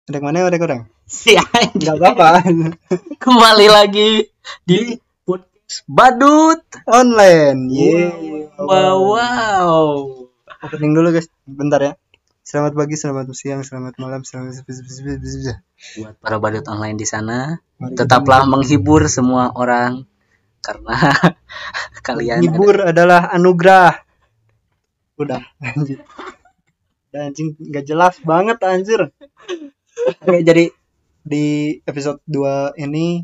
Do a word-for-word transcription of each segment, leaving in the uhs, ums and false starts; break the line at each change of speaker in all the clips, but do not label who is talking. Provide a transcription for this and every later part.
Ada mana ada kurang?
Si anjing.
Enggak apa-apa.
Kembali lagi di podcast Badut
Online. Yeay.
Wow, wow.
Opening dulu guys. Bentar ya. Selamat pagi, selamat siang, selamat malam, selamat
Buat para badut online di sana,
Mari
tetaplah
kita-
menghibur semua orang karena kalian
Hibur adalah anugerah. Udah anjir. Udah anjing enggak jelas banget anjir. Oke, jadi di episode dua ini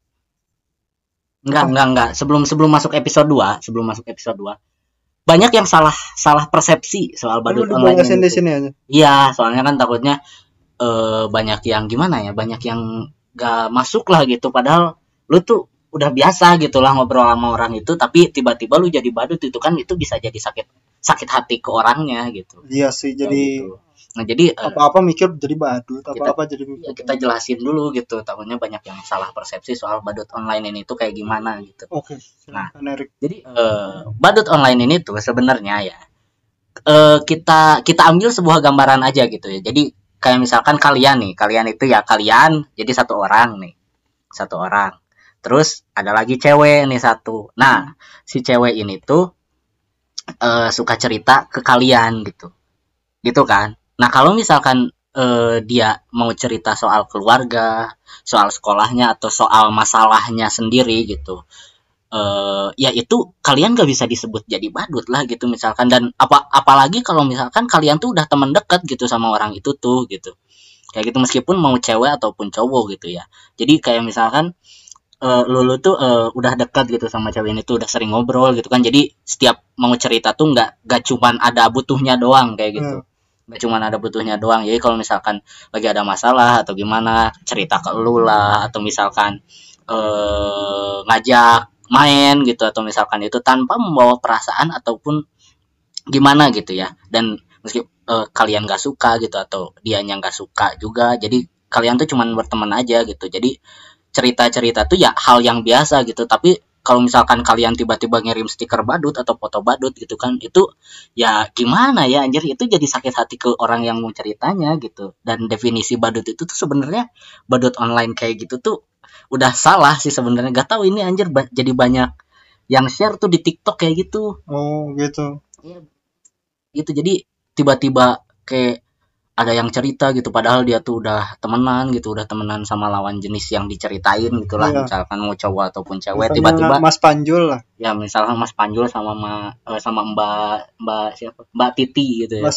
enggak enggak enggak sebelum sebelum masuk episode dua, sebelum masuk episode dua. Banyak yang salah salah persepsi soal badut
lu
online
bahasin
ini
di
tuh.
sini aja.
Iya, soalnya kan takutnya eh, banyak yang gimana ya, banyak yang gak masuk lah gitu. Padahal lu tuh udah biasa gitu lah ngobrol sama orang itu, tapi tiba-tiba lu jadi badut itu kan itu bisa jadi sakit sakit hati ke orangnya gitu.
Iya sih,
Kayak
jadi
gitu. Nah jadi eh,
apa-apa mikir jadi badut, apa-apa jadi
ya kita jelasin dulu gitu. Takutnya banyak yang salah persepsi soal badut online ini tuh kayak gimana gitu.
Oke, silakan Erik.
Jadi eh, badut online ini tuh sebenarnya ya eh, kita kita ambil sebuah gambaran aja gitu ya. Jadi kayak misalkan kalian nih, kalian itu ya kalian jadi satu orang nih, satu orang. Terus ada lagi cewek nih satu. Nah si cewek ini tuh eh, suka cerita ke kalian gitu, gitu kan. Nah kalau misalkan eh, dia mau cerita soal keluarga, soal sekolahnya atau soal masalahnya sendiri gitu. Eh, ya itu kalian gak bisa disebut jadi badut lah gitu misalkan, dan apa apalagi kalau misalkan kalian tuh udah teman dekat gitu sama orang itu tuh gitu, kayak gitu meskipun mau cewek ataupun cowok gitu ya. Jadi kayak misalkan eh, lu, lu tuh eh, udah dekat gitu sama cewek ini tuh udah sering ngobrol gitu kan, jadi setiap mau cerita tuh nggak nggak cuman ada butuhnya doang kayak gitu, nggak cuman ada butuhnya doang. Jadi kalau misalkan lagi ada masalah atau gimana cerita ke lu lah, atau misalkan eh, ngajak main gitu, atau misalkan itu tanpa membawa perasaan ataupun gimana gitu ya. Dan meski eh, kalian gak suka gitu atau dianya gak suka juga, jadi kalian tuh cuman berteman aja gitu. Jadi cerita-cerita tuh ya hal yang biasa gitu. Tapi kalau misalkan kalian tiba-tiba ngirim stiker badut atau foto badut gitu kan, itu ya gimana ya anjir, itu jadi sakit hati ke orang yang mau ceritanya gitu. Dan definisi badut itu tuh sebenarnya badut online kayak gitu tuh udah salah sih sebenarnya. Gak tahu ini anjir ba- jadi banyak yang share tuh di TikTok kayak gitu.
Oh, gitu.
Iya, gitu. Jadi tiba-tiba kayak ada yang cerita gitu padahal dia tuh udah temenan gitu, udah temenan sama lawan jenis yang diceritain gitulah.
Iya.
Misalkan mau cowok ataupun cewek,
Misalnya
tiba-tiba
Mas Panjul lah.
ya misalkan Mas Panjul sama ma, eh, sama Mbak Mbak siapa? Mbak Titi gitu ya.
Mas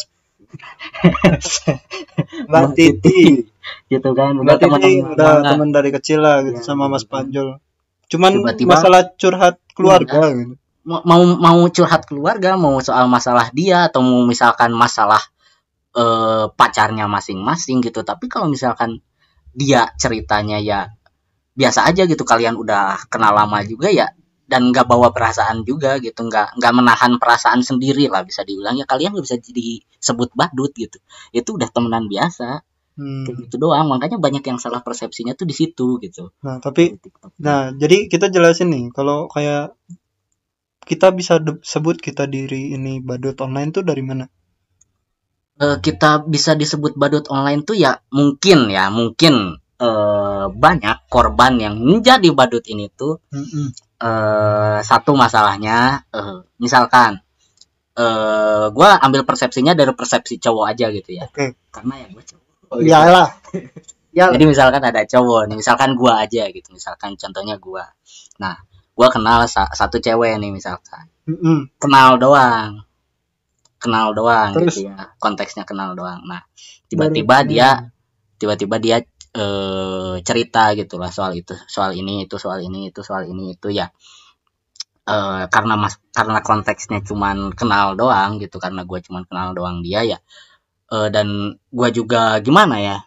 Mbak Titi.
Gitu kan. Udah
Mbak
teman
Titi udah teman dari kecil lah gitu
Ya,
sama Mas
gitu.
Panjul. Cuman
Tiba-tiba-
masalah curhat keluarga gitu.
mau mau mau curhat keluarga, mau soal masalah dia atau mau misalkan masalah eh, pacarnya masing-masing gitu. Tapi kalau misalkan dia ceritanya ya biasa aja gitu, kalian udah kenal lama juga ya, dan nggak bawa perasaan juga gitu, nggak nggak menahan perasaan sendiri lah bisa dibilang, ya kalian nggak bisa disebut badut gitu. Itu udah temenan biasa
Hmm.
kayak gitu doang. Makanya banyak yang salah persepsinya tuh di situ gitu.
Nah, tapi
Di TikTok.
nah, jadi kita jelasin nih kalau kayak kita bisa de- sebut kita diri ini badut online tuh dari mana?
Eh, kita bisa disebut badut online tuh ya mungkin ya mungkin eh, banyak korban yang menjadi badut ini tuh
Mm-mm.
eh, satu masalahnya eh, misalkan eh gue ambil persepsinya dari persepsi cowok aja gitu ya,
Oke.
karena ya gue cowok gitu.
Iyalah. Ya,
Jadi misalkan ada cowok nih, misalkan gue aja gitu, misalkan contohnya gue, nah gue kenal sa- satu cewek nih misalkan,
mm-mm.
kenal doang kenal doang
Terus?
gitu ya, konteksnya kenal doang. Nah tiba-tiba
Baru
dia
kenal.
tiba-tiba dia eh, cerita gitu lah soal itu soal ini itu soal ini itu soal ini itu ya. Eh, karena mas karena konteksnya cuman kenal doang gitu, karena gue cuman kenal doang dia ya. Eh, dan gue juga gimana ya,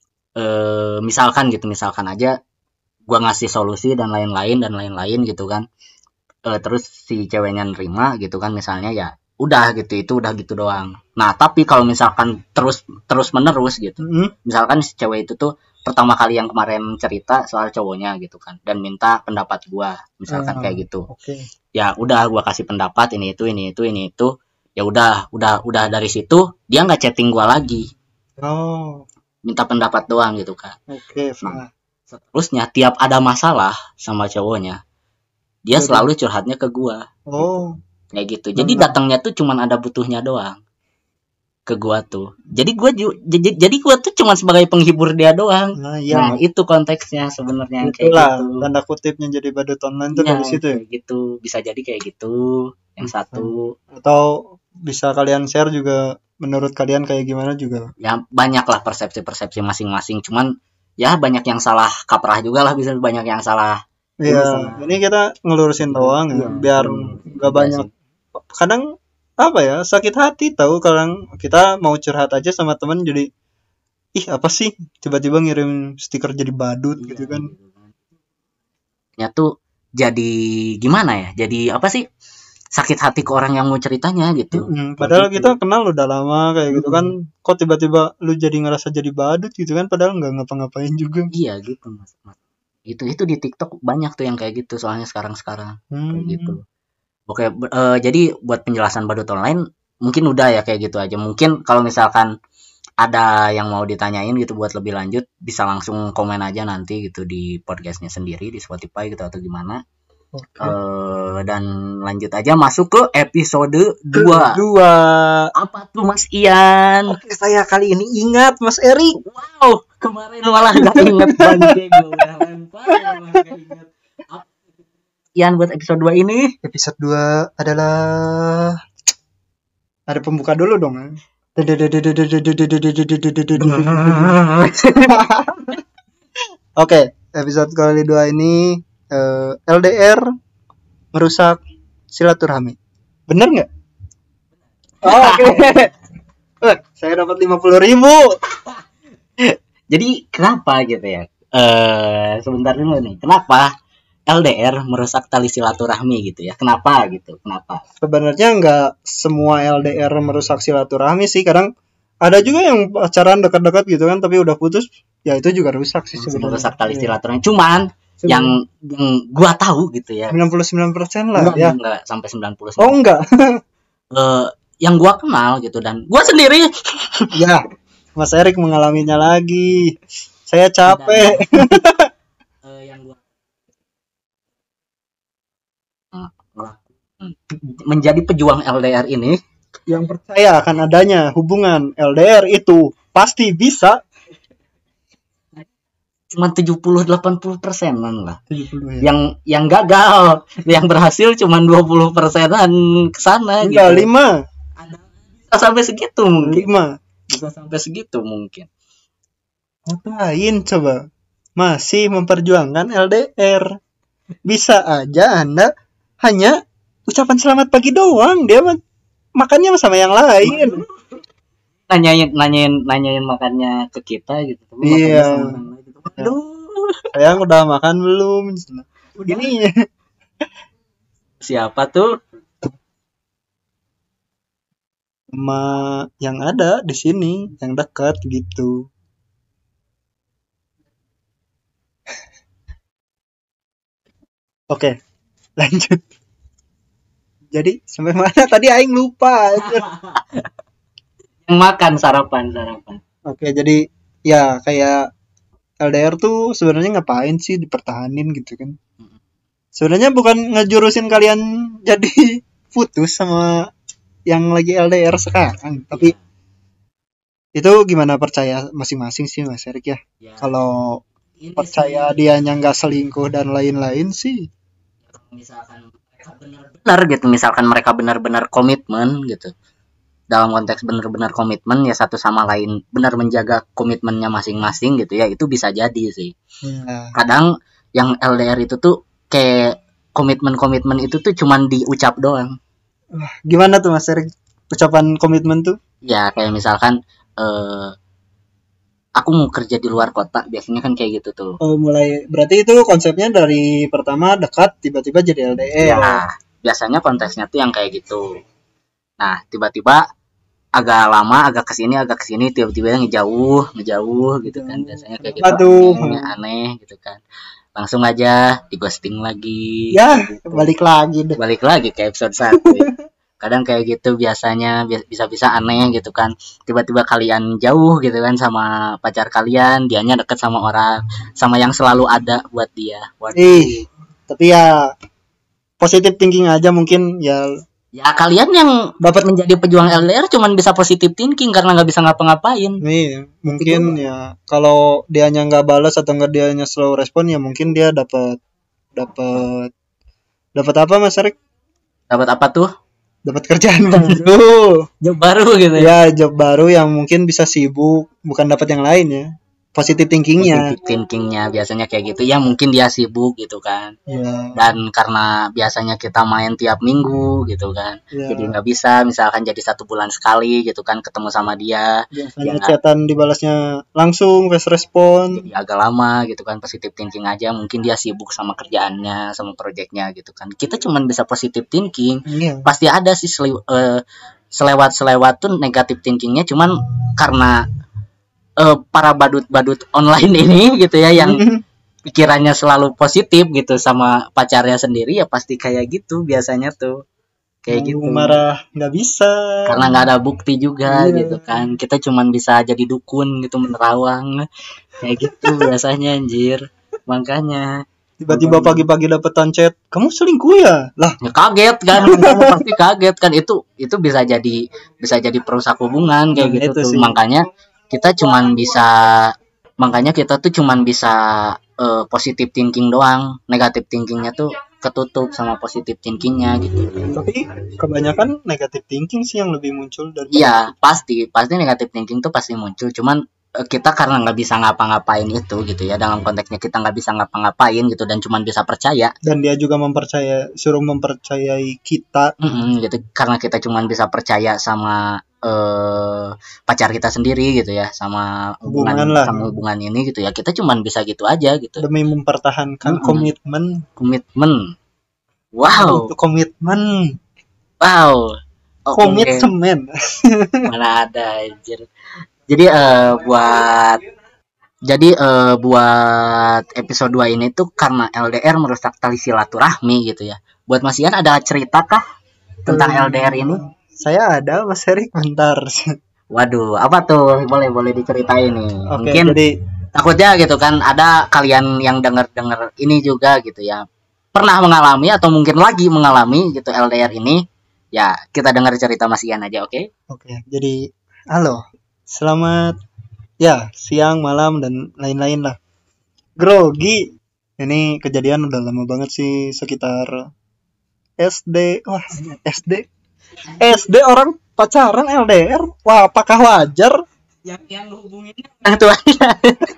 eh, misalkan gitu misalkan aja gue ngasih solusi dan lain-lain dan lain-lain gitu kan. Eh, terus si ceweknya nerima gitu kan misalnya, ya udah gitu, itu udah gitu doang. Nah tapi kalau misalkan terus terus menerus gitu,
Mm-mm.
misalkan si cewek itu tuh pertama kali yang kemarin cerita soal cowoknya gitu kan, dan minta pendapat gua misalkan
Ah,
kayak gitu,
Oke.
ya udah gua kasih pendapat ini itu ini itu ini itu, ya udah udah udah dari situ dia nggak chatting gua lagi.
Oh.
minta pendapat doang gitu kan.
Oke,
Nah, seterusnya tiap ada masalah sama cowoknya, dia
Jadi-
selalu curhatnya ke gua
Oh,
kayak gitu. Jadi
Benar.
datangnya tuh cuman ada butuhnya doang ke gua tuh. Jadi gua ju- jadi, jadi gua tuh cuman sebagai penghibur dia doang.
nah
Nah,
iya.
itu konteksnya sebenarnya kayak
Itulah
gitu.
tanda kutipnya jadi badut online tuh
Iya,
dari situ ya.
kayak gitu. Bisa jadi kayak gitu. Yang
Bisa.
satu
Atau bisa kalian share juga menurut kalian kayak gimana juga.
ya banyak lah persepsi-persepsi masing-masing. Cuman ya banyak yang salah kaprah juga lah, bisa banyak yang salah.
Iya,
Bisa.
ini kita ngelurusin doang ya,
Iya,
biar
iya,
nggak banyak. Kadang apa ya, sakit hati tahu kadang kita mau curhat aja sama temen jadi ih apa sih tiba-tiba ngirim stiker jadi badut gitu kan.
Ya tuh jadi gimana ya? Jadi apa sih? Sakit hati ke orang yang mau ceritanya gitu.
Mm-mm, padahal kita kenal udah lama kayak gitu kan, kok tiba-tiba lu jadi ngerasa jadi badut gitu kan, padahal nggak ngapa-ngapain juga.
Iya gitu mas. Mas. Itu itu di TikTok banyak tuh yang kayak gitu soalnya sekarang-sekarang kayak
Hmm.
gitu. Oke, ber- eh, jadi buat penjelasan badut online mungkin udah ya kayak gitu aja. Mungkin kalau misalkan ada yang mau ditanyain gitu buat lebih lanjut bisa langsung komen aja nanti gitu di podcastnya sendiri di Spotify gitu atau gimana.
Oke.
Eh, dan lanjut aja masuk ke episode dua.
Dua.
Apa tuh Mas Ian?
Oke, saya kali ini ingat Mas Erik.
Wow, kemarin malah gak inget bangke gue udah lempar malah gak inget. Apa Ian buat episode dua ini?
Episode dua adalah ada pembuka dulu dong. Oke, episode kali dua ini eh, L D R merusak silaturahmi. Bener nggak? Oh, oke. Eh, saya dapat lima puluh ribu.
Jadi kenapa gitu ya? Eh sebentar dulu nih. Kenapa L D R merusak tali silaturahmi gitu ya? Kenapa gitu? Kenapa?
Sebenarnya nggak semua L D R merusak silaturahmi sih. Kadang ada juga yang pacaran dekat-dekat gitu kan, tapi udah putus, ya itu juga rusak sih sebenarnya.
Merusak tali
Iya.
silaturahmi. Cuman yang, yang gua tahu gitu ya.
sembilan puluh sembilan persen lah
Enggak,
ya.
enggak sampai sembilan puluh
Oh enggak.
Eh, yang gua kenal gitu dan gua sendiri
Ya, Mas Erik mengalaminya lagi. Saya capek.
eh, yang gua Hmm, ngelaku- menjadi pejuang L D R ini
Yang percaya akan adanya hubungan L D R itu pasti bisa.
cuma tujuh puluh delapan puluh persenan lah.
tujuh puluh ya.
Yang yang gagal, yang berhasil cuma dua puluh persenan ke sana gitu.
Enggak, lima.
Bisa sampai segitu mungkin.
lima.
Bisa sampai segitu mungkin.
Ngapain coba? Masih memperjuangkan L D R. Bisa aja Anda hanya ucapan selamat pagi doang. Dia mah makannya sama yang lain.
Nanyain nanyain nanyain makannya ke kita gitu. Tapi
Iya.
makannya sama orang lain gitu. Aduh.
Sayang udah makan belum? Ini
Siapa tuh?
sama yang ada di sini, yang dekat gitu. Oke, lanjut. Jadi sampai mana tadi aing lupa. anjir.
Yang makan sarapan sarapan.
Oke, jadi ya kayak L D R tuh sebenarnya ngapain sih dipertahanin gitu kan? Sebenarnya bukan ngejurusin kalian jadi putus sama yang lagi L D R sekarang, tapi itu gimana percaya masing-masing sih Mas Erik ya.
Ya,
Kalau
ini
percaya
sih,
dianya nggak selingkuh dan lain-lain sih.
misalkan mereka benar-benar gitu, misalkan mereka benar-benar komitmen gitu. Dalam konteks benar-benar komitmen ya satu sama lain benar menjaga komitmennya masing-masing gitu ya, itu bisa jadi sih.
Ya.
Kadang yang L D R itu tuh kayak komitmen-komitmen itu tuh cuman diucap doang.
Gimana tuh Mas Erik ucapan komitmen tuh?
Ya kayak misalkan eh aku mau kerja di luar kota, biasanya kan kayak gitu tuh.
Oh, mulai berarti itu konsepnya dari pertama dekat tiba-tiba jadi L D R.
Ya, biasanya konteksnya tuh yang kayak gitu. Nah, tiba-tiba agak lama, agak kesini, agak kesini, tiba-tiba ngejauh, ngejauh gitu kan. Biasanya kayak gitu.
Aduh.
Aneh, aneh gitu kan. Langsung aja di ghosting lagi.
Ya, balik lagi deh.
Balik lagi ke episode satu. Kadang kayak gitu biasanya bi- bisa-bisa aneh gitu kan. Tiba-tiba kalian jauh gitu kan sama pacar kalian, dianya deket sama orang, sama yang selalu ada buat dia. Waduh.
Ih, tapi ya positive thinking aja mungkin ya.
Ya kalian yang dapat menjadi pejuang L D R cuman bisa positive thinking karena nggak bisa ngapa-ngapain.
Nih, mungkin ya kalau dianya nggak balas atau nggak dianya slow respon ya mungkin dia dapat dapat dapat apa Mas Erik?
Dapat apa tuh?
Dapat kerjaan baru.
Job baru gitu ya.
Ya, job baru yang mungkin bisa sibuk, bukan dapat yang lain ya. Positive thinkingnya.
Positive thinkingnya biasanya kayak gitu ya, mungkin dia sibuk gitu kan.
Ya,
Dan karena biasanya kita main tiap minggu gitu kan,
ya.
jadi nggak bisa misalkan jadi satu bulan sekali gitu kan ketemu sama dia,
Biasanya
ya
chatan dibalasnya langsung, fast respon.
jadi agak lama gitu kan. Positive thinking aja, mungkin dia sibuk sama kerjaannya sama proyeknya gitu kan. Kita cuman bisa positive thinking,
Iya.
pasti ada sih seli- eh, selewat-selewat tuh negative thinkingnya, cuman karena eh, para badut-badut online ini gitu ya yang pikirannya selalu positif gitu sama pacarnya sendiri, ya pasti kayak gitu biasanya tuh kayak gitu.
Mau marah nggak bisa.
Karena nggak ada bukti juga
Iya.
gitu kan, kita cuman bisa jadi dukun gitu, menerawang kayak gitu biasanya anjir. Makanya
Tiba-tiba pagi-pagi dapetan chat, kamu selingkuh ya? Lah,
ya kaget kan, kamu pasti kaget kan. Itu itu bisa jadi bisa jadi perusak hubungan kayak
Nah,
gitu
itu
tuh.
sih.
Makanya kita cuman bisa makanya kita tuh cuman bisa eh, positive thinking doang, negative thinkingnya tuh ketutup sama positive thinkingnya gitu.
tapi kebanyakan negative thinking sih yang lebih muncul dari.
Iya, pasti pasti negative thinking tuh pasti muncul, cuman eh, kita karena nggak bisa ngapa-ngapain itu gitu ya, dalam konteksnya kita nggak bisa ngapa-ngapain gitu dan cuman bisa percaya.
Dan dia juga mempercaya, suruh mempercayai kita.
Mm-mm, gitu, karena kita cuman bisa percaya sama eh pacar kita sendiri gitu ya, sama hubungan,
Hubungan lah.
sama hubungan ini gitu ya, kita cuman bisa gitu aja gitu.
Demi mempertahankan
Mm-mm.
komitmen.
Komitmen. Wow,
Itu komitmen.
wow. Oke,
Komitmen.
mana ada anjir. Jadi eh buat jadi eh buat episode dua ini tuh karena L D R merusak tali silaturahmi gitu ya. Buat Mas Ian ada cerita kah tentang L D R ini?
Saya ada Mas Erik, bentar.
Waduh, apa tuh? Boleh boleh diceritain nih.
Oke,
Mungkin
jadi
takutnya gitu kan ada kalian yang denger-denger ini juga gitu ya, pernah mengalami atau mungkin lagi mengalami gitu L D R ini. Ya, kita dengar cerita Mas Ian aja, oke?
oke, jadi halo. Selamat ya, siang, malam dan lain-lain lah. Grogi. Ini kejadian udah lama banget sih, sekitar S D. Wah, S D. S D orang pacaran L D R. Wah, apakah wajar?
Yang yang hubunginnya nah tuanya.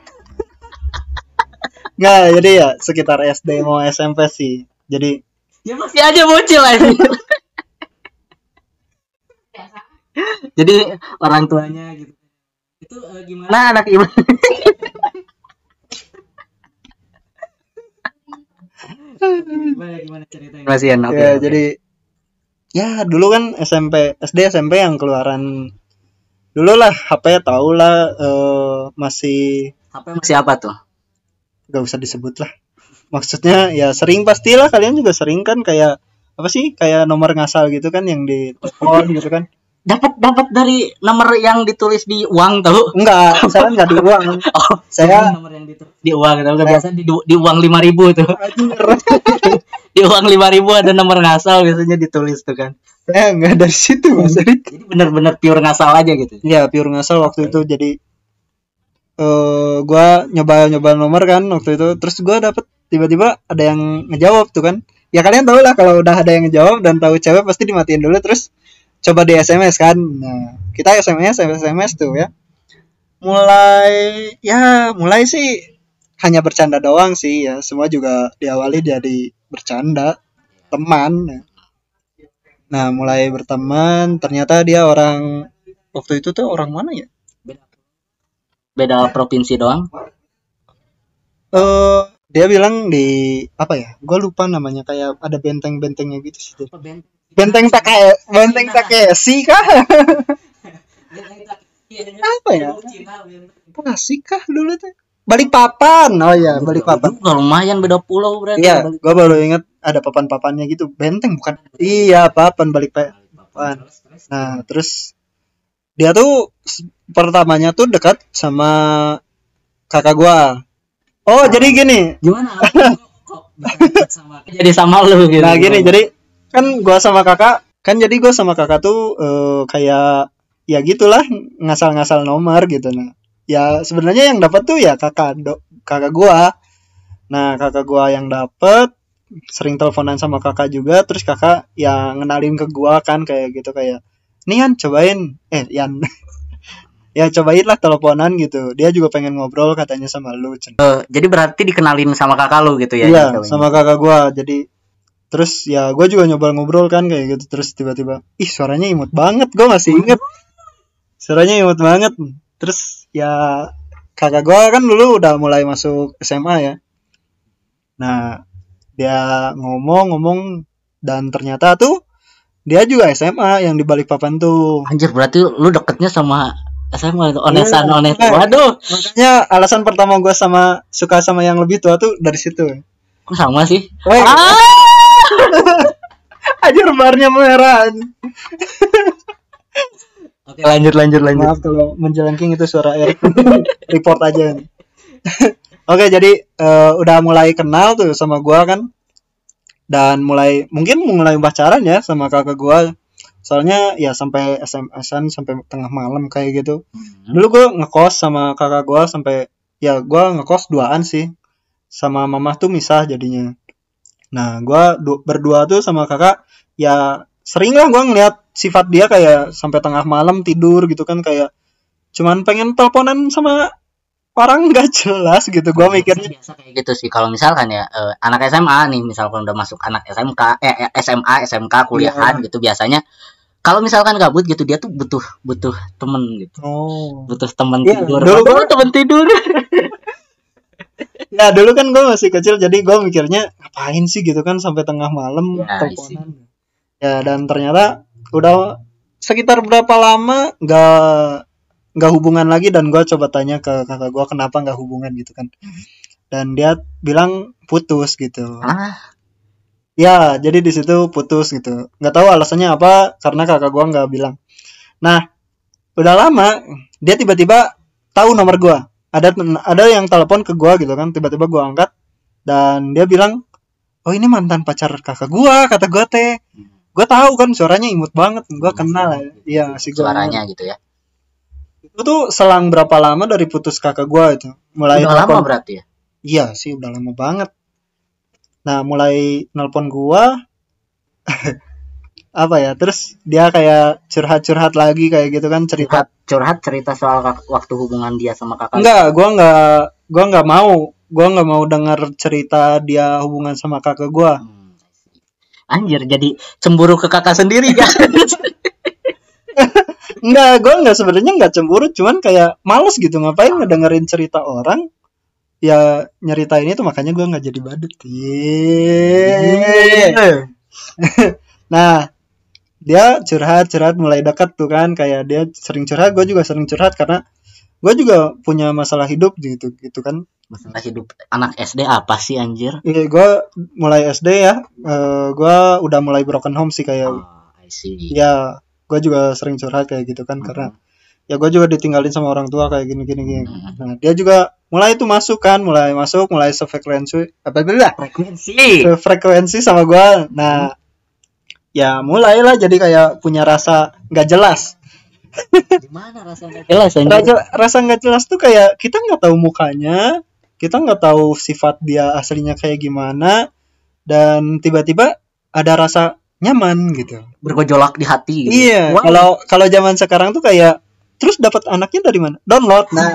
Nggak, jadi ya sekitar S D mau S M P sih. Jadi
Ya masih aja bocil aja. Jadi orang tuanya gitu. Itu uh, gimana nah, anak ibu? gimana gimana ceritanya Mas Ian? Oke.
ya,
oke.
jadi ya dulu kan S M P, S D S M P yang keluaran dulu lah, H P tau lah, eh, masih
H P masih apa tuh?
gak usah disebut lah. Maksudnya ya sering, pastilah kalian juga sering kan, kayak apa sih, kayak nomor ngasal gitu kan yang di telepon gitu kan.
Dapat dapat dari nomor yang ditulis di uang tahu?
Enggak, saya nggak di uang.
Oh,
Saya
nomor yang ditulis di uang tahu kan, biasa di di uang lima ribu tuh. Di uang lima ribu ada nomor ngasal biasanya ditulis tuh kan.
saya nggak dari situ Mas Erik.
Jadi benar-benar pure ngasal aja gitu.
Ya pure ngasal waktu itu. Jadi eh gua nyoba-nyoba nomor kan waktu itu, terus gua dapet tiba-tiba ada yang ngejawab tuh kan. Ya kalian tahu lah kalau udah ada yang ngejawab dan tahu cewek pasti dimatiin dulu, terus coba di S M S kan. Nah, kita S M S S M S tuh ya. Mulai ya mulai sih hanya bercanda doang sih ya. Semua juga diawali jadi bercanda, teman. Nah, mulai berteman, ternyata dia orang waktu itu tuh orang mana ya?
Beda, beda provinsi doang.
Eh dia bilang di apa ya? Gue lupa namanya, kayak ada benteng-bentengnya gitu sih. Benteng Take, benteng Takeshi kah? Apa ya? Tasik kah dulu tuh? Balikpapan. Oh iya, Balikpapan.
Juga lumayan beda pulau berarti.
Iya, gue baru ingat ada papan-papannya gitu. Benteng bukan? Iya, papan Balikpapan. delapan. Nah terus dia tuh s- pertamanya tuh dekat sama kakak gua. Oh jadi gini.
Gimana? Kok bisa deket sama jadi sama lu gitu.
Nah gini jadi kan gua sama kakak kan jadi gua sama kakak tuh eh, kayak ya gitulah ngasal-ngasal nomor gitu. Nah ya sebenarnya yang dapat tuh ya kakak do, kakak gua. Nah kakak gua yang dapat sering teleponan sama kakak juga. Terus kakak yang ngenalin ke gua kan kayak gitu kayak nih Yan cobain eh Yan ya cobain lah teleponan gitu. Dia juga pengen ngobrol katanya sama lu. Cen.
Jadi berarti dikenalin sama kakak lu gitu ya?
Iya
yang cowok ini?
sama kakak gua. Jadi terus ya gue juga nyoba ngobrol kan kayak gitu. Terus tiba-tiba ih suaranya imut banget. Gue masih inget suaranya imut banget. Terus ya kakak gua kan dulu udah mulai masuk S M A ya. Nah dia ngomong-ngomong dan ternyata tuh dia juga S M A yang di Balikpapan tuh.
Anjir berarti lu deketnya sama S M A itu onesan
Iya,
ones.
makanya-
Waduh,
Makanya alasan pertama gue sama suka sama yang lebih tua tuh dari situ.
kok sama sih?
Weh,
Ah!
aja barnya merah.
Oke, lanjut lanjut lanjut.
Maaf kalau menjelengking itu suara air. Report aja. Oke, jadi eh, udah mulai kenal tuh sama gua kan. Dan mulai mungkin mulai pacaran ya sama kakak gua. Soalnya ya sampai S M S-an sampai tengah malam kayak gitu.
Hmm.
Dulu gua ngekos sama kakak gua sampai ya gua ngekos duaan sih. Sama mamah tuh misah jadinya. Nah, gua du- berdua tuh sama kakak ya sering lah gua ngeliat sifat dia kayak sampai tengah malam tidur gitu kan kayak cuman pengen teleponan sama orang nggak jelas gitu. Gua mikirnya
biasa kayak gitu sih kalau misalkan ya eh, anak S M A nih misalkan udah masuk anak S M K eh eh, S M A S M K kuliahan gitu biasanya kalau misalkan gabut gitu dia tuh butuh butuh temen gitu.
oh.
Butuh temen
Iya,
tidur.
dulu
Waduh,
gua-
temen tidur.
Ya dulu kan gue masih kecil jadi gue mikirnya ngapain sih gitu kan sampai tengah malam
Ya,
teleponan. Ya dan ternyata udah sekitar berapa lama nggak nggak hubungan lagi dan gue coba tanya ke kakak gue kenapa nggak hubungan gitu kan. Dan dia bilang putus gitu.
Ah,
Ya jadi di situ putus gitu. Nggak tahu alasannya apa karena kakak gue nggak bilang. Nah udah lama dia tiba-tiba tahu nomor gue. Ada ada yang telepon ke gua gitu kan tiba-tiba gua angkat dan dia bilang oh ini mantan pacar kakak gua kata gua teh gua tahu kan suaranya imut banget gua kenal ya iya si gua
suaranya gitu ya.
itu tuh selang berapa lama dari putus kakak gua itu mulai
Udah lama
nelpon-
berarti ya.
iya sih udah lama banget nah mulai nelpon gua apa ya terus dia kayak curhat-curhat lagi kayak gitu kan cerita
Curhat curhat cerita soal kak- waktu hubungan dia sama kakak.
enggak gua enggak gua enggak mau gua enggak mau dengar cerita dia hubungan sama kakak gua.
Hmm, anjir jadi cemburu ke kakak sendiri kan.
Enggak, gue enggak sebenarnya enggak cemburu, cuman kayak males gitu ngapain ngedengerin cerita orang. Ya nyeritain itu makanya gue nggak jadi badut. Yeay. Nah, dia curhat-curhat mulai dekat tuh kan, kayak dia sering curhat, gue juga sering curhat karena gue juga punya masalah hidup gitu gitu kan.
Masalah hidup anak S D apa sih anjir?
Iya, gue mulai S D ya, eh, gue udah mulai broken home sih kayak.
Oh, I see.
Ya, gue juga sering curhat kayak gitu kan karena ya gue juga ditinggalin sama orang tua kayak gini gini gini.
Hmm.
Nah dia juga mulai itu masuk kan, mulai masuk, mulai sefrekuensi apa lah
Frekuensi.
frekuensi sama gue. Nah ya mulailah jadi kayak punya rasa nggak jelas.
Gimana rasanya? Jelas anjir.
Rasa rasa nggak jelas tuh kayak kita nggak tahu mukanya, kita nggak tahu sifat dia aslinya kayak gimana, dan tiba-tiba ada rasa nyaman gitu.
Bergejolak di hati. Gitu.
Iya,
Wah.
kalau kalau zaman sekarang tuh kayak terus dapat anaknya dari mana? Download. Nah.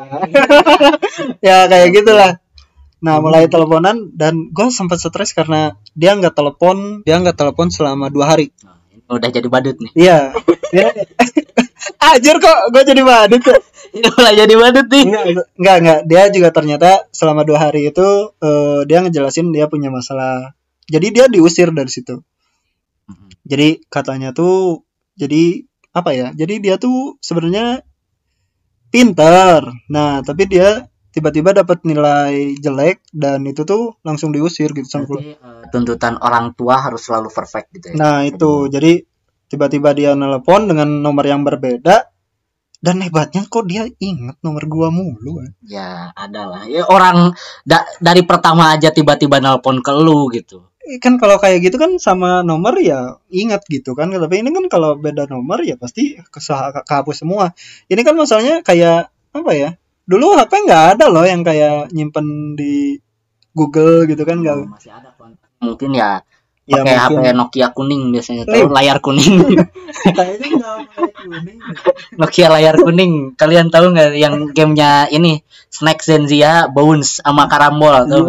Ya kayak gitulah. Nah, mulai teleponan dan gue sempat stres karena dia nggak telepon, dia nggak telepon selama dua hari.
Nah, ini udah jadi badut nih.
Iya. Dia Ajar kok gue jadi badut kok.
Ini udah jadi badut nih.
Enggak, enggak, enggak. Dia juga ternyata selama dua hari itu eh, dia ngejelasin dia punya masalah. Jadi dia diusir dari situ. Jadi katanya tuh jadi apa ya? Jadi dia tuh sebenarnya pintar. Nah, tapi dia tiba-tiba dapat nilai jelek dan itu tuh langsung diusir gitu sama keluarga.
Berarti eh, tuntutan orang tua harus selalu perfect gitu ya.
Nah, itu. Jadi tiba-tiba dia nelpon dengan nomor yang berbeda, dan hebatnya kok dia inget nomor gua mulu.
Ya ada lah ya, orang da- dari pertama aja tiba-tiba nelpon ke lu gitu.
Kan kalau kayak gitu kan sama nomor ya ingat gitu kan, tapi ini kan kalau beda nomor ya pasti kesah- kehapus semua. Ini kan masalahnya kayak apa ya, dulu H P nggak ada loh yang kayak nyimpen di Google gitu kan, nggak.
Oh, masih ada kontak. Mungkin ya
Ya
pakai H P
mungkin
Nokia kuning biasanya,
Lih.
tahu layar kuning.
kayaknya nggak pakai kuning.
Nokia layar kuning. Kalian tahu nggak yang gamenya ini Snack Zenzia, Bounce sama Karambol tuh.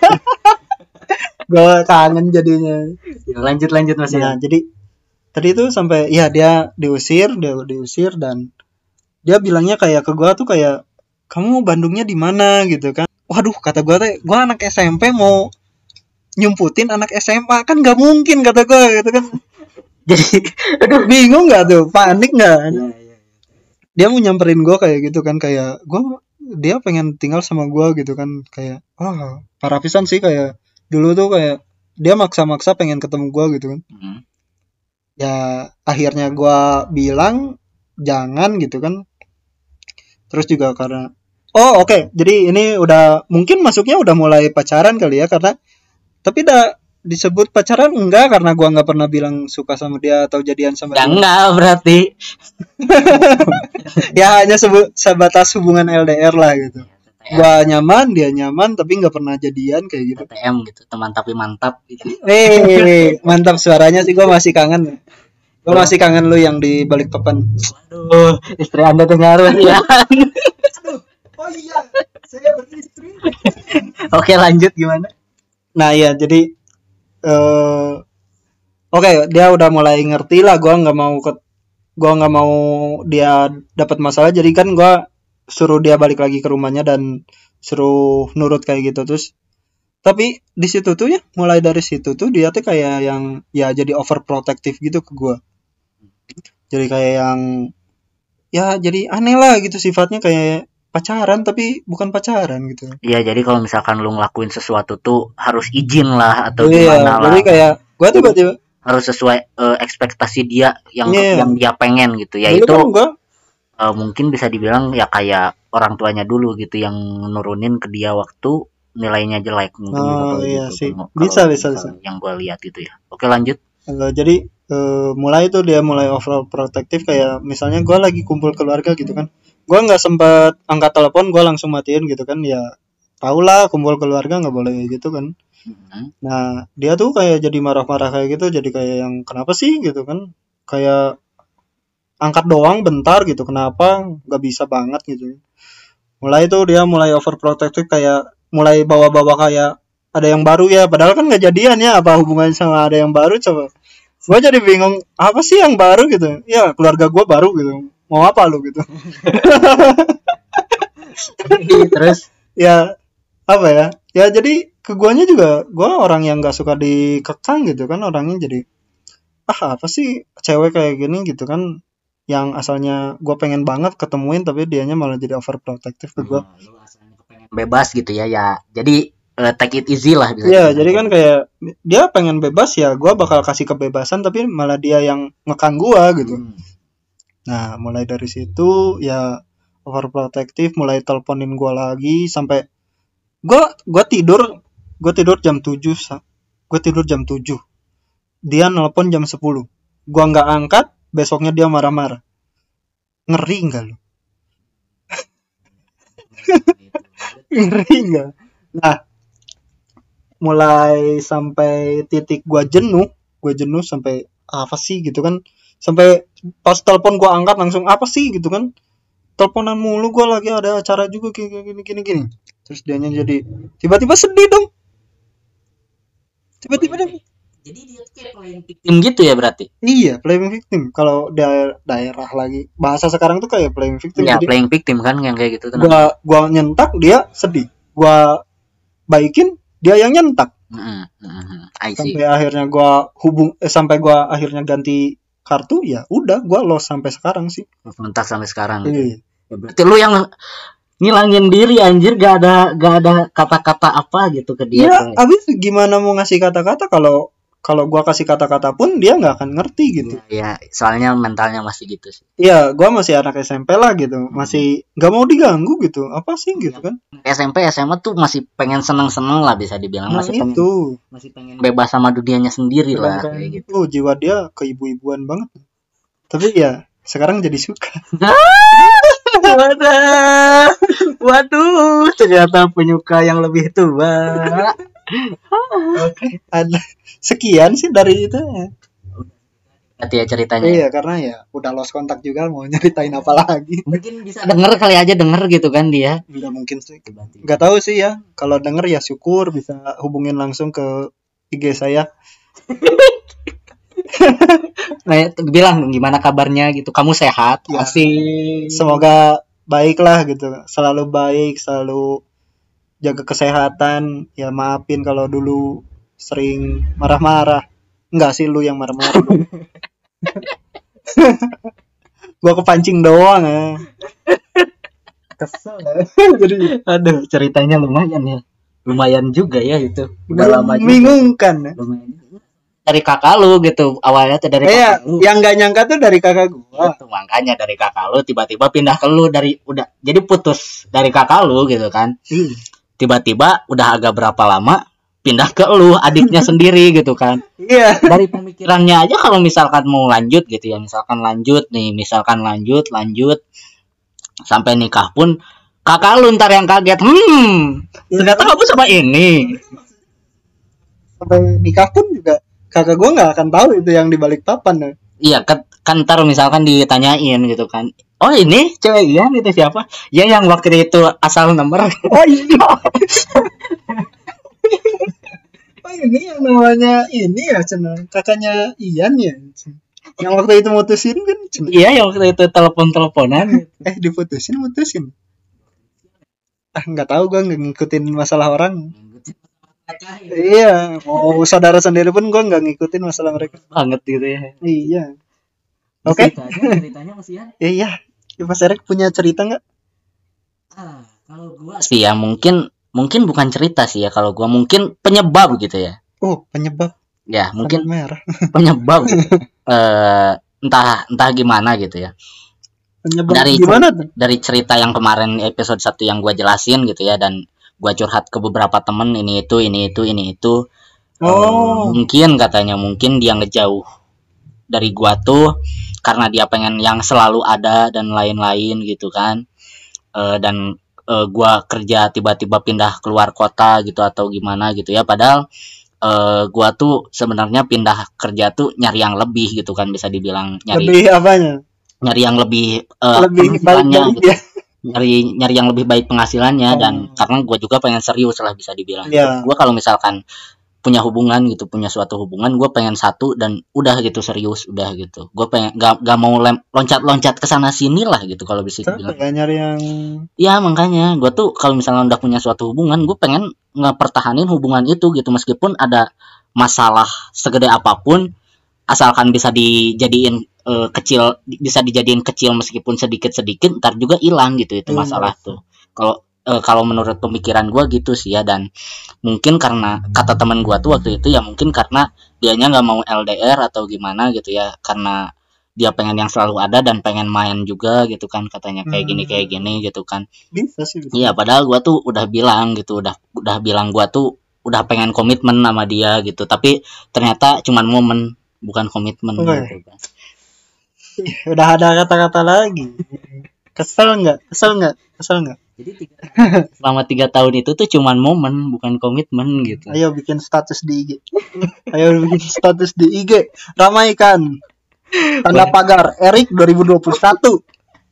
Gue kangen jadinya.
Ya, lanjut lanjut Mas
Nah
ya.
jadi tadi itu sampai ya dia diusir, dia diusir dan dia bilangnya kayak ke gua tuh kayak, kamu Bandungnya di mana gitu kan. Waduh, kata gua teh, gua anak S M P mau nyumputin anak S M A kan nggak mungkin, kata gua gitu kan.
Jadi
Aduh, bingung nggak tuh, panik nggak?
ya, ya.
Dia mau nyamperin gua kayak gitu kan, kayak gua dia pengen tinggal sama gua gitu kan, kayak oh parah pisan sih, kayak dulu tuh kayak dia maksa-maksa pengen ketemu gua gitu kan.
Hmm.
Ya akhirnya gua bilang jangan gitu kan. Terus juga karena oh oke okay. Jadi ini udah mungkin masuknya udah mulai pacaran kali ya, karena tapi udah disebut pacaran enggak, karena gua nggak pernah bilang suka sama dia atau jadian sama
Ya
dia.
enggak berarti.
Ya hanya sebut sebatas hubungan L D R lah gitu. Gua nyaman, dia nyaman, tapi nggak pernah jadian kayak gitu.
T T M gitu, teman tapi mantap gitu.
Eh, mantap suaranya sih, gua masih kangen. Gua masih kangen lu yang di balik papan.
Waduh, istri Anda tuh ngaruh ya.
Oh iya, saya beristri.
Oke, lanjut gimana?
Nah iya, jadi eh oke okay, dia udah mulai ngerti lah. Gua nggak mau ke, gua nggak mau dia dapat masalah. Jadi kan gua suruh dia balik lagi ke rumahnya dan suruh nurut kayak gitu. Terus tapi di situ tuh ya, mulai dari situ tuh dia tuh kayak yang ya jadi overprotective gitu ke gua. Jadi kayak yang ya jadi aneh lah gitu sifatnya, kayak pacaran tapi bukan pacaran gitu.
Iya, jadi kalau misalkan lu ngelakuin sesuatu tuh harus izin lah atau
Iya,
gimana lah.
jadi kayak gua tiba-tiba
harus sesuai eh, ekspektasi dia yang
Iya.
yang dia pengen gitu. Ya
dulu
itu
kan gua
eh, mungkin bisa dibilang ya kayak orang tuanya dulu gitu yang nurunin ke dia waktu nilainya jelek mungkin
Oh,
gitu, kalau
iya
gitu.
sih.
Kalau
Bisa, bisa,
misal yang gua lihat gitu ya. Oke, lanjut.
eh, jadi eh, mulai tuh dia mulai overprotective, kayak misalnya gua lagi kumpul keluarga gitu kan. Gua nggak sempat angkat telepon, gua langsung matiin gitu kan. Ya tau lah kumpul keluarga nggak boleh gitu kan.
Mhm.
Nah dia tuh kayak jadi marah-marah kayak gitu, jadi kayak yang kenapa sih gitu kan, kayak angkat doang bentar gitu, kenapa nggak bisa banget gitu. Mulai tuh dia mulai overprotective, kayak mulai bawa-bawa kayak ada yang baru ya, padahal kan nggak jadian ya, apa hubungannya sama ada yang baru coba. Gue jadi bingung apa sih yang baru gitu, ya keluarga gue baru gitu, mau apa lu gitu.
Terus
Ya apa ya, ya jadi ke guanya juga, gue orang yang nggak suka dikekang gitu kan, orangnya jadi ah apa sih cewek kayak gini gitu kan, yang asalnya gue pengen banget ketemuin tapi dianya malah jadi overprotective ke gue.
hmm, lu asalnya kepengen bebas gitu ya. Ya, jadi eh, take it easy lah bisa.
Iya
dibilang.
jadi kan kayak dia pengen bebas, ya gue bakal kasih kebebasan, tapi malah dia yang ngekang gue gitu.
Hmm.
Nah mulai dari situ ya overprotective, mulai teleponin gue lagi sampai gue gue tidur gue tidur jam tujuh, gue tidur jam tujuh, dia nelpon jam sepuluh, gue nggak angkat, besoknya dia marah-marah. Ngeri nggak lu? Ngeri nggak? Nah mulai sampai titik gue jenuh, gue jenuh sampai apa sih gitu kan, sampai pas telepon gue angkat langsung apa sih gitu kan, teleponan mulu, gue lagi ada acara juga kayak gini gini gini. Terus dianya jadi tiba-tiba sedih dong, tiba-tiba dong.
Jadi dia tuh kayak playing victim gitu ya berarti.
Iya, playing victim. Kalau da- daerah lagi bahasa sekarang tuh kayak playing victim.
Ya,
Jadi
playing victim kan yang kayak gitu tuh.
gua gua nyentak, dia sedih. Gua baikin, dia yang nyentak.
Heeh, heeh. I see.
Sampai akhirnya gua hubung eh, sampai gua akhirnya ganti kartu, ya udah gua lost sampai sekarang sih.
Mentak sampai sekarang gitu.
Iya.
Ya, berarti lu yang ngilangin diri anjir, gak ada gak ada kata-kata apa gitu ke dia.
Ya,
kayak.
abis gimana mau ngasih kata-kata kalau kalau gua kasih kata-kata pun dia nggak akan ngerti gitu.
Ya, ya, soalnya mentalnya masih gitu sih.
Iya, gua masih anak S M P lah gitu, masih nggak mau diganggu gitu, apa sih gitu kan.
S M P S M A tuh masih pengen seneng-seneng lah bisa dibilang,
Nah
masih pengen
itu
masih pengen bebas sama dunianya sendiri lah
Sedangkan
kayak gitu.
oh, jiwa dia keibu-ibuan banget. Tapi ya sekarang jadi suka.
Waduh, waduh, ternyata penyuka yang lebih tua.
Oke, ada sekian sih dari itu ya.
Nanti ya ceritanya.
Iya, karena ya udah lost kontak juga, mau nyeritain apa lagi.
Mungkin bisa denger kali aja denger gitu kan dia.
Nggak mungkin sih. Nggak tahu sih ya. Kalau denger ya syukur, bisa hubungin langsung ke I G saya.
Nah, bilang gimana kabarnya gitu. Kamu sehat?
Ya,
Asik.
semoga baik lah gitu. Selalu baik, selalu jaga kesehatan. Ya maafin kalau dulu sering marah-marah. Enggak sih, lu yang marah-marah. Gua kepancing doang ya. Kesel ya.
Jadi aduh, ceritanya lumayan ya. Lumayan juga ya itu. Udah lama juga.
Membingungkan ya.
Lumayan. Dari kakak lu gitu awalnya tuh dari
Iya,
kakak lu.
yang nggak nyangka tuh dari kakak gua.
Itu makanya dari kakak lu tiba-tiba pindah ke lu dari udah jadi putus dari kakak lu gitu kan.
Hmm.
Tiba-tiba udah agak berapa lama pindah ke lu adiknya sendiri gitu kan.
Iya.
Dari pemikirannya aja kalau misalkan mau lanjut gitu ya, misalkan lanjut nih, misalkan lanjut lanjut sampai nikah pun kakak lu ntar yang kaget, hmm ternyata kamu sama ini.
Sampai nikah pun juga kakak gua nggak akan tahu itu yang di balik papan ya.
Iya kan, kan ntar misalkan ditanyain gitu kan, oh ini cewek Ian itu siapa? Ya yang waktu itu asal nomor.
Oh iya. Oh ini yang namanya ini ya Cena, kakaknya Ian ya. Yang waktu itu mutusin kan Cena.
Iya yang waktu itu telepon-teleponan.
Eh diputusin mutusin. Ah nggak tahu gua nggak ngikutin masalah orang. Iya, mau saudara sendiri pun gua nggak ngikutin masalah mereka.
Banget gitu ya.
Iya. Oke.
Ceritanya, ceritanya Mas Ian.
Ya, iya. Ya, Mas Erik punya cerita nggak?
Ah, kalau gua sih ya mungkin mungkin bukan cerita sih ya, kalau gua mungkin penyebab gitu ya.
Oh, penyebab.
Ya, mungkin
merah.
penyebab gitu. eh entah entah gimana gitu ya.
Penyebab
Dari
gimana tuh?
dari cerita yang kemarin episode satu yang gua jelasin gitu ya, dan gua curhat ke beberapa temen ini itu ini itu ini itu.
Oh.
Eh, mungkin katanya mungkin dia ngejauh dari gua tuh karena dia pengen yang selalu ada dan lain-lain gitu kan. Eh, dan uh, gua kerja tiba-tiba pindah keluar kota gitu atau gimana gitu ya, padahal uh, gua tuh sebenarnya pindah kerja tuh nyari yang lebih gitu kan, bisa dibilang nyari
Lebih apanya?
nyari yang lebih uh,
Lebih baik
penghasilannya
dari
gitu.
dia.
nyari nyari yang lebih baik penghasilannya.
Oh.
Dan karena gua juga pengen serius lah bisa dibilang.
Iya.
Gua kalau misalkan punya hubungan gitu, punya suatu hubungan, gue pengen satu dan udah gitu, serius udah gitu. Gue pengen gak, gak mau lem, loncat-loncat ke sana sini lah gitu kalau bisa dibilang.
Tapi nyari yang
Ya makanya gue tuh kalau misalnya udah punya suatu hubungan, gue pengen ngepertahanin hubungan itu gitu, meskipun ada masalah segede apapun, asalkan bisa dijadiin uh, kecil, bisa dijadiin kecil meskipun sedikit-sedikit, ntar juga hilang gitu itu masalah hmm. tuh. Kalau uh, kalau menurut pemikiran gue gitu sih ya. Dan mungkin karena kata teman gue tuh waktu itu ya, mungkin karena dianya nggak mau L D R atau gimana gitu ya, karena dia pengen yang selalu ada dan pengen main juga gitu kan, katanya kayak gini kayak gini gitu kan.
Bisa sih.
Iya, padahal gue tuh udah bilang gitu, udah udah bilang gue tuh udah pengen komitmen sama dia gitu, tapi ternyata cuman momen, bukan komitmen.
Oh,
gitu kan.
Udah ada kata-kata lagi. Kesel nggak? Kesel nggak? Kesel nggak?
Jadi tiga, selama tiga tahun itu tuh cuman momen, bukan komitmen gitu.
Ayo bikin status di I G. Ayo bikin status di I G. Ramaikan. Tanda pagar Erik dua ribu dua puluh satu.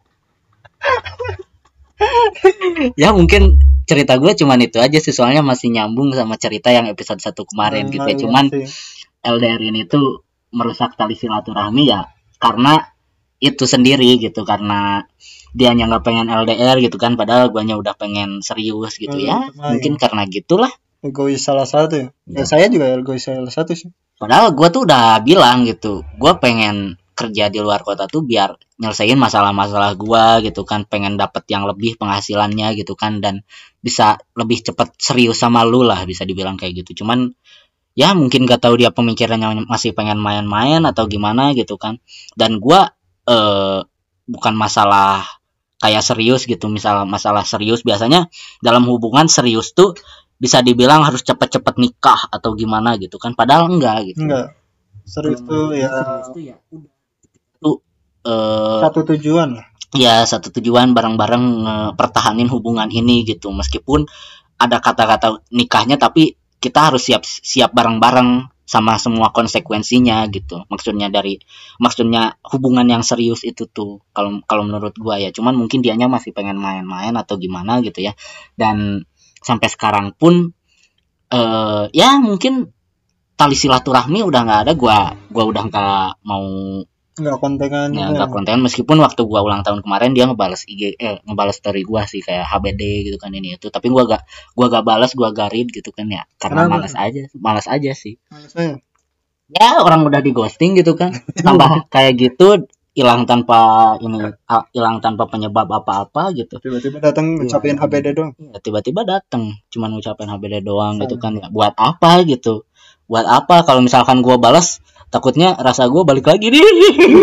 Ya mungkin cerita gue cuman itu aja sih, soalnya masih nyambung sama cerita yang episode satu kemarin nah, gitu ya. Cuman iya L D R ini tuh merusak tali silaturahmi ya karena itu sendiri gitu, karena dianya nggak pengen L D R gitu kan, padahal guanya udah pengen serius gitu hmm, ya. Mungkin ya. Karena gitulah.
Egois salah satu ya. Ya, ya saya juga egois salah satu sih.
Padahal gua tuh udah bilang gitu, gua pengen kerja di luar kota tuh biar nyelesain masalah-masalah gua gitu kan, pengen dapet yang lebih penghasilannya gitu kan, dan bisa lebih cepet serius sama lu lah, bisa dibilang kayak gitu. Cuman ya mungkin gak tahu dia pemikirannya masih pengen main-main atau gimana gitu kan. Dan gua eh, bukan masalah kayak serius gitu, misal masalah serius biasanya dalam hubungan serius tuh bisa dibilang harus cepet-cepet nikah atau gimana gitu kan, padahal enggak gitu.
Enggak. Serius tuh ya,
Serius tuh ya udah itu eh,
satu tujuan lah.
ya satu tujuan bareng-bareng eh, pertahanin hubungan ini gitu, meskipun ada kata-kata nikahnya tapi kita harus siap siap bareng-bareng sama semua konsekuensinya gitu. Maksudnya dari maksudnya hubungan yang serius itu tuh kalau kalau menurut gua ya, cuman mungkin dianya masih pengen main-main atau gimana gitu ya. Dan sampai sekarang pun eh ya mungkin tali silaturahmi udah nggak ada, gua gua udah nggak mau
Enggak kontengan
ya
juga.
nggak konten, meskipun waktu gua ulang tahun kemarin dia ngebales I G eh ngebales story gua sih kayak H B D gitu kan ini itu, tapi gua gak gua gak balas, gua gak read gitu kan ya, karena
Kenapa?
malas aja malas aja sih.
Maksudnya,
Ya orang udah di ghosting gitu kan, tambah kayak gitu hilang tanpa ini ah, hilang tanpa penyebab apa-apa gitu.
tiba-tiba datang ngucapin H B D doang.
Ya, tiba-tiba datang cuman ngucapin H B D doang gitu kan ya, buat apa gitu, buat apa kalau misalkan gua balas takutnya rasa gua balik lagi nih.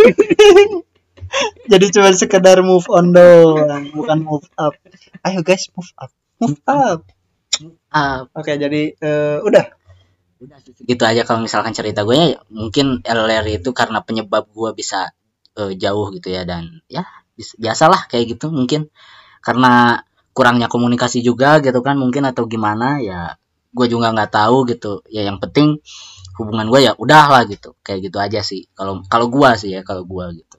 Jadi cuma sekedar move on doang, bukan move up. Ayo guys, move up. Move up.
Ah,
Oke, jadi eh, udah.
udah gitu aja kalau misalkan cerita gue ya. Mungkin L D R itu karena penyebab gue bisa eh, jauh gitu ya, dan ya bis- biasalah kayak gitu mungkin karena kurangnya komunikasi juga gitu kan mungkin atau gimana ya, gue juga nggak tahu gitu ya. Yang penting hubungan gue ya udah lah gitu, kayak gitu aja sih kalau kalau gue sih ya, kalau gue gitu.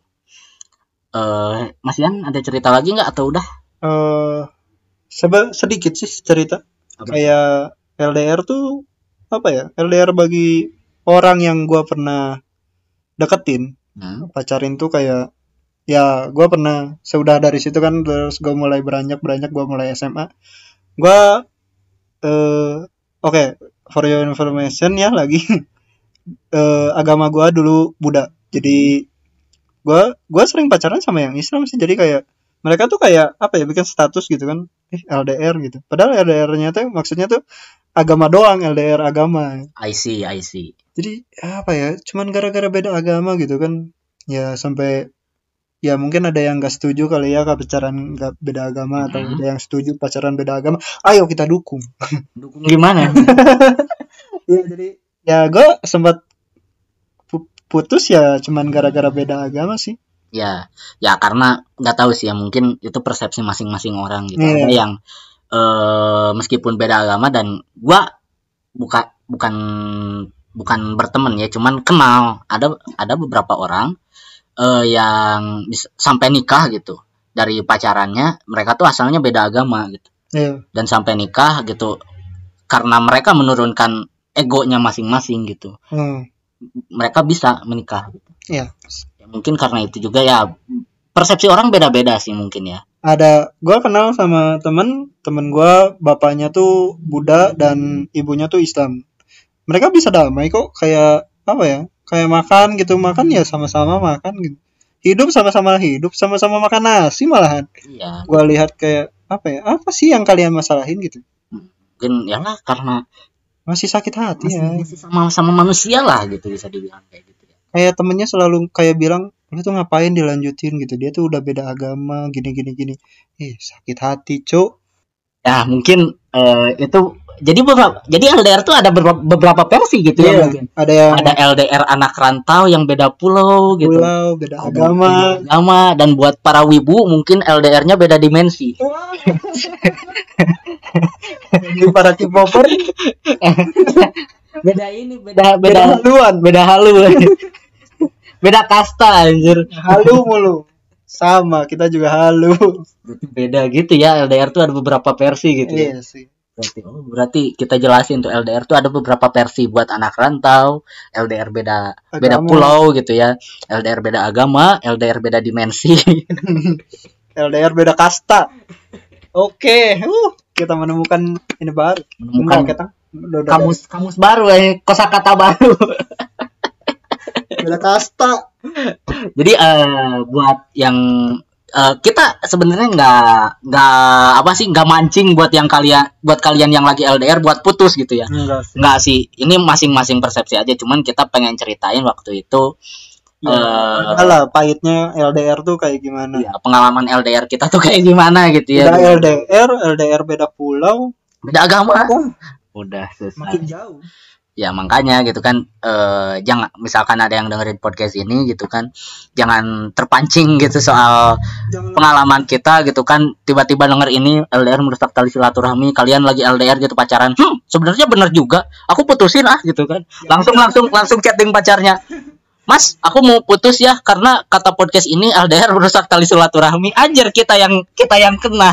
eh Mas Ian ada cerita lagi nggak atau udah?
eh sebe- sedikit sih cerita.
Apa?
Kayak L D R tuh apa ya? L D R bagi orang yang gua pernah deketin,
Hmm?
pacarin tuh kayak ya gua pernah sudah dari situ kan, terus gua mulai beranjak beranjak gua mulai S M A. Gua eh oke, for your information ya lagi eh, agama gua dulu Buddha. Jadi gua gua sering pacaran sama yang Islam sih. Jadi kayak mereka tuh kayak apa ya, bikin status gitu kan, eh L D R gitu. Padahal L D R-nya tuh maksudnya tuh agama doang, L D R agama.
I see, I see.
Jadi apa ya, cuman gara-gara beda agama gitu kan. Ya sampai ya mungkin ada yang gak setuju kali ya kalau pacaran gak beda agama, atau
Mhm.
ada yang setuju pacaran beda agama. Ayo kita dukung.
Dukung gimana?
Ya jadi ya gue sempat pu- putus ya cuman gara-gara beda agama sih.
Ya, ya karena nggak tahu sih ya, mungkin itu persepsi masing-masing orang gitu.
Iya.
Ada yang eh meskipun beda agama, dan gua buka bukan bukan berteman ya, cuman kenal. Ada ada beberapa orang eh yang bis- sampai nikah gitu. Dari pacarannya mereka tuh asalnya beda agama gitu.
Iya.
Dan sampai nikah gitu karena mereka menurunkan egonya masing-masing gitu.
Hmm.
Mereka bisa menikah gitu.
Iya.
Ya, mungkin karena itu juga ya, persepsi orang beda-beda sih mungkin ya.
Ada gue kenal sama temen temen gue, bapaknya tuh Buddha dan ibunya tuh Islam. Mereka bisa damai kok, kayak apa ya, kayak makan gitu, makan ya sama-sama makan gitu, hidup sama-sama hidup, sama-sama makan nasi malahan.
Iya,
Gue lihat kayak apa ya, apa sih yang kalian masalahin gitu,
mungkin ya lah karena
masih sakit hati ya.
masih sama sama manusia lah gitu, bisa dibilang kayak gitu ya.
Kayak temennya selalu kayak bilang, lu tuh ngapain dilanjutin gitu, dia tuh udah beda agama gini gini gini. Eh sakit hati cuk.
Ya mungkin eh, itu jadi beberapa, jadi L D R tuh ada beberapa, beberapa versi gitu ya
Iya,
mungkin.
ada yang
Ada L D R anak rantau yang beda pulau gitu.
pulau beda
Ada
agama.
beda agama, dan buat para wibu mungkin L D R-nya beda dimensi.
Jadi para K-popper
Beda ini, beda
beda
beda
haluan,
beda halu. Beda kasta anjir.
halu mulu. Sama, kita juga halu.
Beda gitu ya, L D R tuh ada beberapa versi gitu ya.
Iya sih.
Berarti, oh, berarti kita jelasin tuh L D R tuh ada beberapa versi buat anak rantau, L D R beda beda
Agama.
pulau gitu ya, L D R beda agama, L D R beda dimensi.
L D R beda kasta. Oke, uh, kita menemukan ini baru.
Menemukan
Enggak, kita udah, udah
kamus kamus baru eh kosakata baru.
beda kasta.
Jadi eh buat yang uh, kita sebenarnya nggak nggak apa sih nggak mancing buat yang kalian buat kalian yang lagi L D R buat putus gitu ya.
Enggak sih.
Nggak sih. Ini masing-masing persepsi aja. Cuman kita pengen ceritain waktu itu.
Ya,
uh,
lah pahitnya L D R tuh kayak gimana?
Ya, pengalaman L D R kita tuh kayak gimana gitu ya.
Udah L D R, L D R beda pulau,
beda agama.
Oh,
udah selesai.
Makin jauh.
Ya makanya gitu kan eh, jangan misalkan ada yang dengerin podcast ini gitu kan jangan terpancing gitu soal jangan pengalaman kita gitu kan tiba-tiba denger ini L D R merusak tali silaturahmi kalian lagi L D R gitu pacaran hmm sebenarnya bener juga aku putusin ah gitu kan langsung langsung langsung chatting pacarnya Mas aku mau putus ya karena kata podcast ini L D R merusak tali silaturahmi anjir kita yang kita yang kena.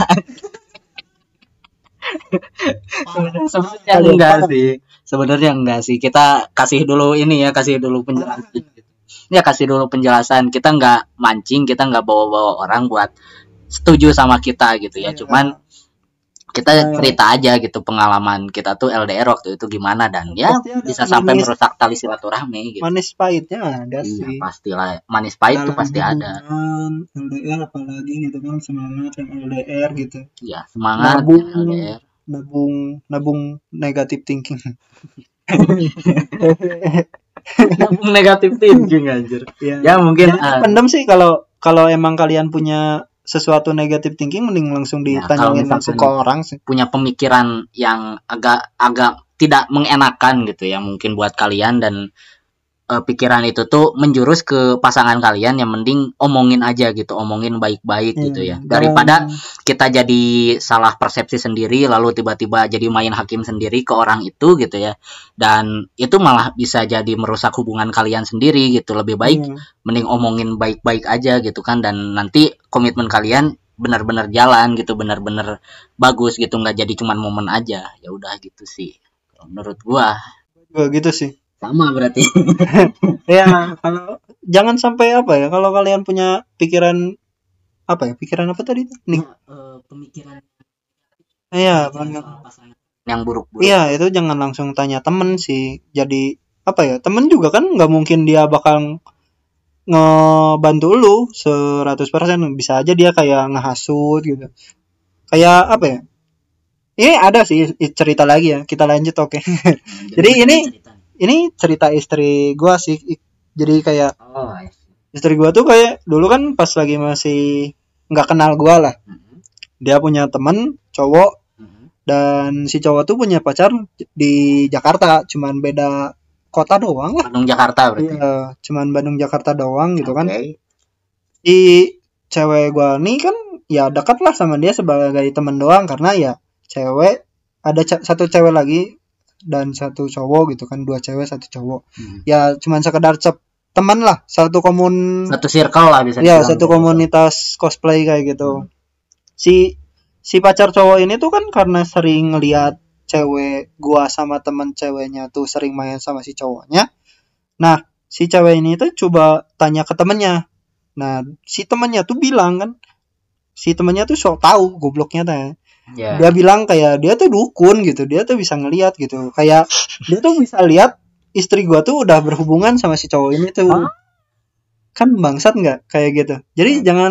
Sebenarnya enggak sih sebenarnya enggak sih kita kasih dulu ini ya kasih dulu penjelasan ya kasih dulu penjelasan kita enggak mancing kita enggak bawa-bawa orang buat setuju sama kita gitu ya cuman kita cerita aja gitu pengalaman kita tuh L D R waktu itu gimana dan ya bisa sampai manis, merusak tali silaturahmi gitu.
Manis pahitnya ada iya, sih
pastilah manis pahit dalam tuh pasti ada
L D R apalagi gitu kan semangat yang L D R gitu
ya semangat
nabung,
L D R
nabung nabung negatif thinking
nabung negatif thinking anjir ya, ya mungkin
ya, uh, pendem sih kalau kalau emang kalian punya sesuatu negatif thinking mending langsung ditanyain nah, langsung ke orang sih.
Punya pemikiran yang agak agak tidak mengenakan gitu ya mungkin buat kalian dan uh, pikiran itu tuh menjurus ke pasangan kalian yang mending omongin aja gitu omongin baik-baik hmm, gitu ya daripada dan... kita jadi salah persepsi sendiri lalu tiba-tiba jadi main hakim sendiri ke orang itu gitu ya dan itu malah bisa jadi merusak hubungan kalian sendiri gitu lebih baik hmm. mending omongin baik-baik aja gitu kan dan nanti komitmen kalian benar-benar jalan gitu benar-benar bagus gitu nggak jadi cuman momen aja ya udah gitu sih menurut gua
gua gitu sih
sama berarti
ya kalau jangan sampai apa ya kalau kalian punya pikiran apa ya pikiran apa tadi nih
uh, pemikiran
iya
yang buruk-buruk
iya itu jangan langsung tanya temen sih jadi apa ya temen juga kan nggak mungkin dia bakal ngebantu lu seratus persen bisa aja dia kayak ngehasut gitu kayak apa ya ini ada sih cerita lagi ya kita lanjut oke okay. Jadi ini ini cerita istri gua sih jadi kayak oh, istri gua tuh kayak dulu kan pas lagi masih nggak kenal gua lah dia punya teman cowok dan si cowok tuh punya pacar di Jakarta cuman beda kota doang lah
Bandung Jakarta berarti
iya cuman Bandung Jakarta doang gitu okay. Kan si cewek gua nih kan ya dekat lah sama dia sebagai teman doang karena ya cewek ada c- satu cewek lagi dan satu cowok gitu kan dua cewek satu cowok hmm. ya cuman sekedar cep teman lah satu komun
satu circle lah bisa
ya satu komunitas gitu. Cosplay kayak gitu hmm. si si pacar cowok ini tuh kan karena sering ngeliat cewek gua sama teman ceweknya tuh sering main sama si cowoknya nah si cewek ini tuh coba tanya ke temennya nah si temennya tuh bilang kan si temennya tuh sok tahu gobloknya teh yeah. Dia bilang kayak dia tuh dukun gitu dia tuh bisa ngelihat gitu kayak dia tuh bisa lihat istri gua tuh udah berhubungan sama si cowok ini tuh huh? Kan bangsat nggak kayak gitu jadi hmm. jangan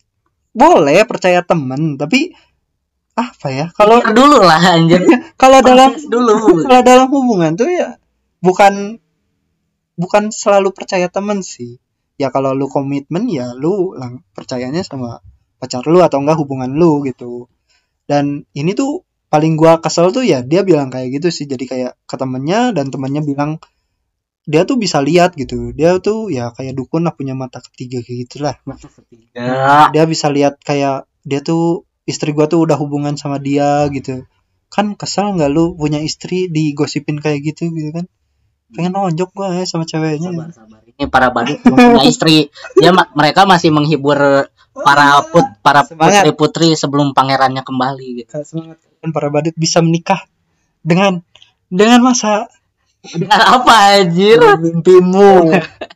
boleh percaya temen tapi apa ya kalau
dulu lah anjir
kalau dalam dulu kalau dalam hubungan tuh ya bukan bukan selalu percaya temen sih ya kalau lu komitmen ya lu lang percayanya sama pacar lu atau enggak hubungan lu gitu dan ini tuh paling gua kesel tuh ya dia bilang kayak gitu sih jadi kayak ke temennya dan temennya bilang dia tuh bisa lihat gitu dia tuh ya kayak dukun lah punya mata ketiga kayak gitulah mata ketiga dia bisa lihat kayak dia tuh istri gua tuh udah hubungan sama dia gitu kan kesel nggak lu punya istri digosipin kayak gitu gitu kan pengen nonjok gua ya sama ceweknya
sabar, sabar. Ini para badut belum punya istri dia ma- mereka masih menghibur para put para putri-putri sebelum pangerannya kembali gitu.
Semangat kan para badut bisa menikah dengan dengan masa
dengan apa anjir
mimpimu.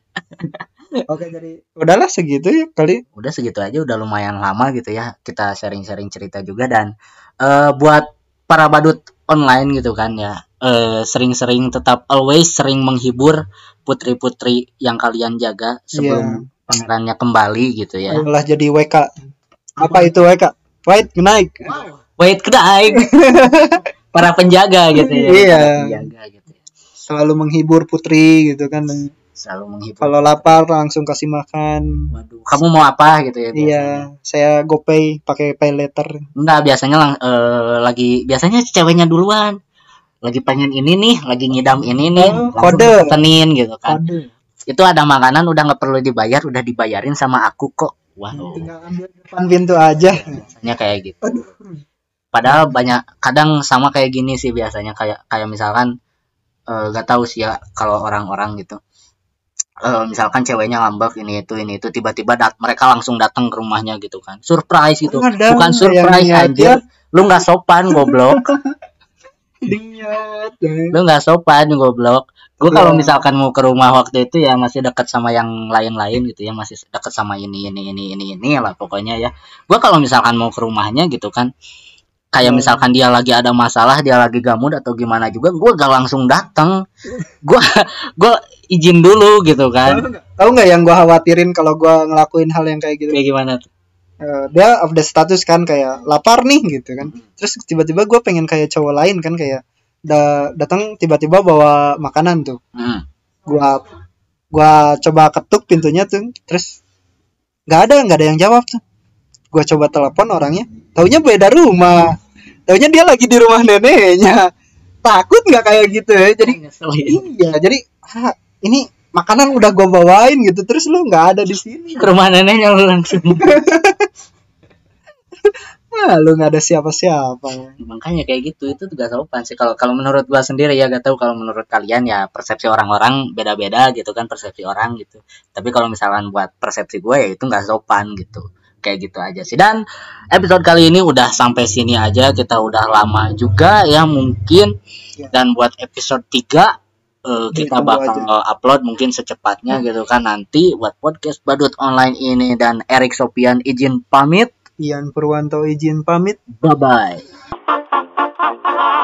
Oke jadi udahlah segitu ya kali.
Udah segitu aja udah lumayan lama gitu ya kita sharing-sharing cerita juga dan uh, buat para badut online gitu kan ya uh, sering-sering tetap always sering menghibur putri-putri yang kalian jaga sebelum yeah. pangerannya kembali gitu ya.
Malah jadi W K. Apa itu ya kak? Wait naik.
Wait kedaik. Para penjaga gitu ya.
Iya.
Para penjaga gitu ya.
Selalu menghibur putri gitu kan.
Selalu menghibur.
Kalau lapar langsung kasih makan.
Waduh, kamu mau apa gitu ya?
Biasanya. Iya, saya GoPay pakai pay letter.
Enggak, biasanya lang, uh, lagi biasanya ceweknya duluan. Lagi pengen ini nih, lagi ngidam ini nih,
oh, kode
pesenin gitu kan.
Kode.
Itu ada makanan udah nggak perlu dibayar, udah dibayarin sama aku kok. Wow.
Tinggal ambil depan pintu aja.
Biasanya kayak gitu. Padahal banyak kadang sama kayak gini sih biasanya kayak kayak misalkan uh, gak tahu sih ya kalau orang-orang gitu. Uh, misalkan ceweknya ngambek ini itu ini itu tiba-tiba dat mereka langsung datang ke rumahnya gitu kan. Surprise gitu.
Ada,
bukan surprise anjir. Lu nggak sopan goblok.
Niat.
Lu nggak sopan goblok. Gue kalau misalkan mau ke rumah waktu itu ya masih dekat sama yang lain-lain gitu ya, masih dekat sama ini ini ini ini ini lah pokoknya ya. Gue kalau misalkan mau ke rumahnya gitu kan, kayak misalkan dia lagi ada masalah, dia lagi gamut atau gimana juga, gue gak langsung datang. Gue gue izin dulu gitu kan.
Tahu nggak yang gue khawatirin kalau gue ngelakuin hal yang kayak gitu?
Kayak gimana tuh?
Uh, dia update status kan kayak lapar nih gitu kan. Terus tiba-tiba gue pengen kayak cowok lain kan kayak da datang tiba-tiba bawa makanan tuh. Hmm. Gua gua coba ketuk pintunya tuh, terus nggak ada nggak ada yang jawab tuh. Gua coba telepon orangnya, taunya beda rumah. Taunya dia lagi di rumah neneknya. Takut nggak kayak gitu ya? Jadi iya, jadi ah, ini makanan udah gua bawain gitu, terus lu nggak ada di sini.
Ke rumah neneknya lu langsung.
Wah, lu nggak ada siapa-siapa.
Makanya kayak gitu itu juga sopan sih. Kalau kalau menurut gua sendiri ya, gak tahu kalau menurut kalian ya, persepsi orang-orang beda-beda gitu kan, persepsi orang gitu. Tapi kalau misalkan buat persepsi gua ya itu nggak sopan gitu. Kayak gitu aja sih. Dan episode kali ini udah sampai sini aja. Kita udah lama juga ya mungkin. Dan buat episode tiga uh, kita bakal aja. upload mungkin secepatnya gitu kan nanti buat podcast Badut Online ini. Dan Erik Sopian izin pamit.
Ian Purwanto izin pamit.
Bye-bye.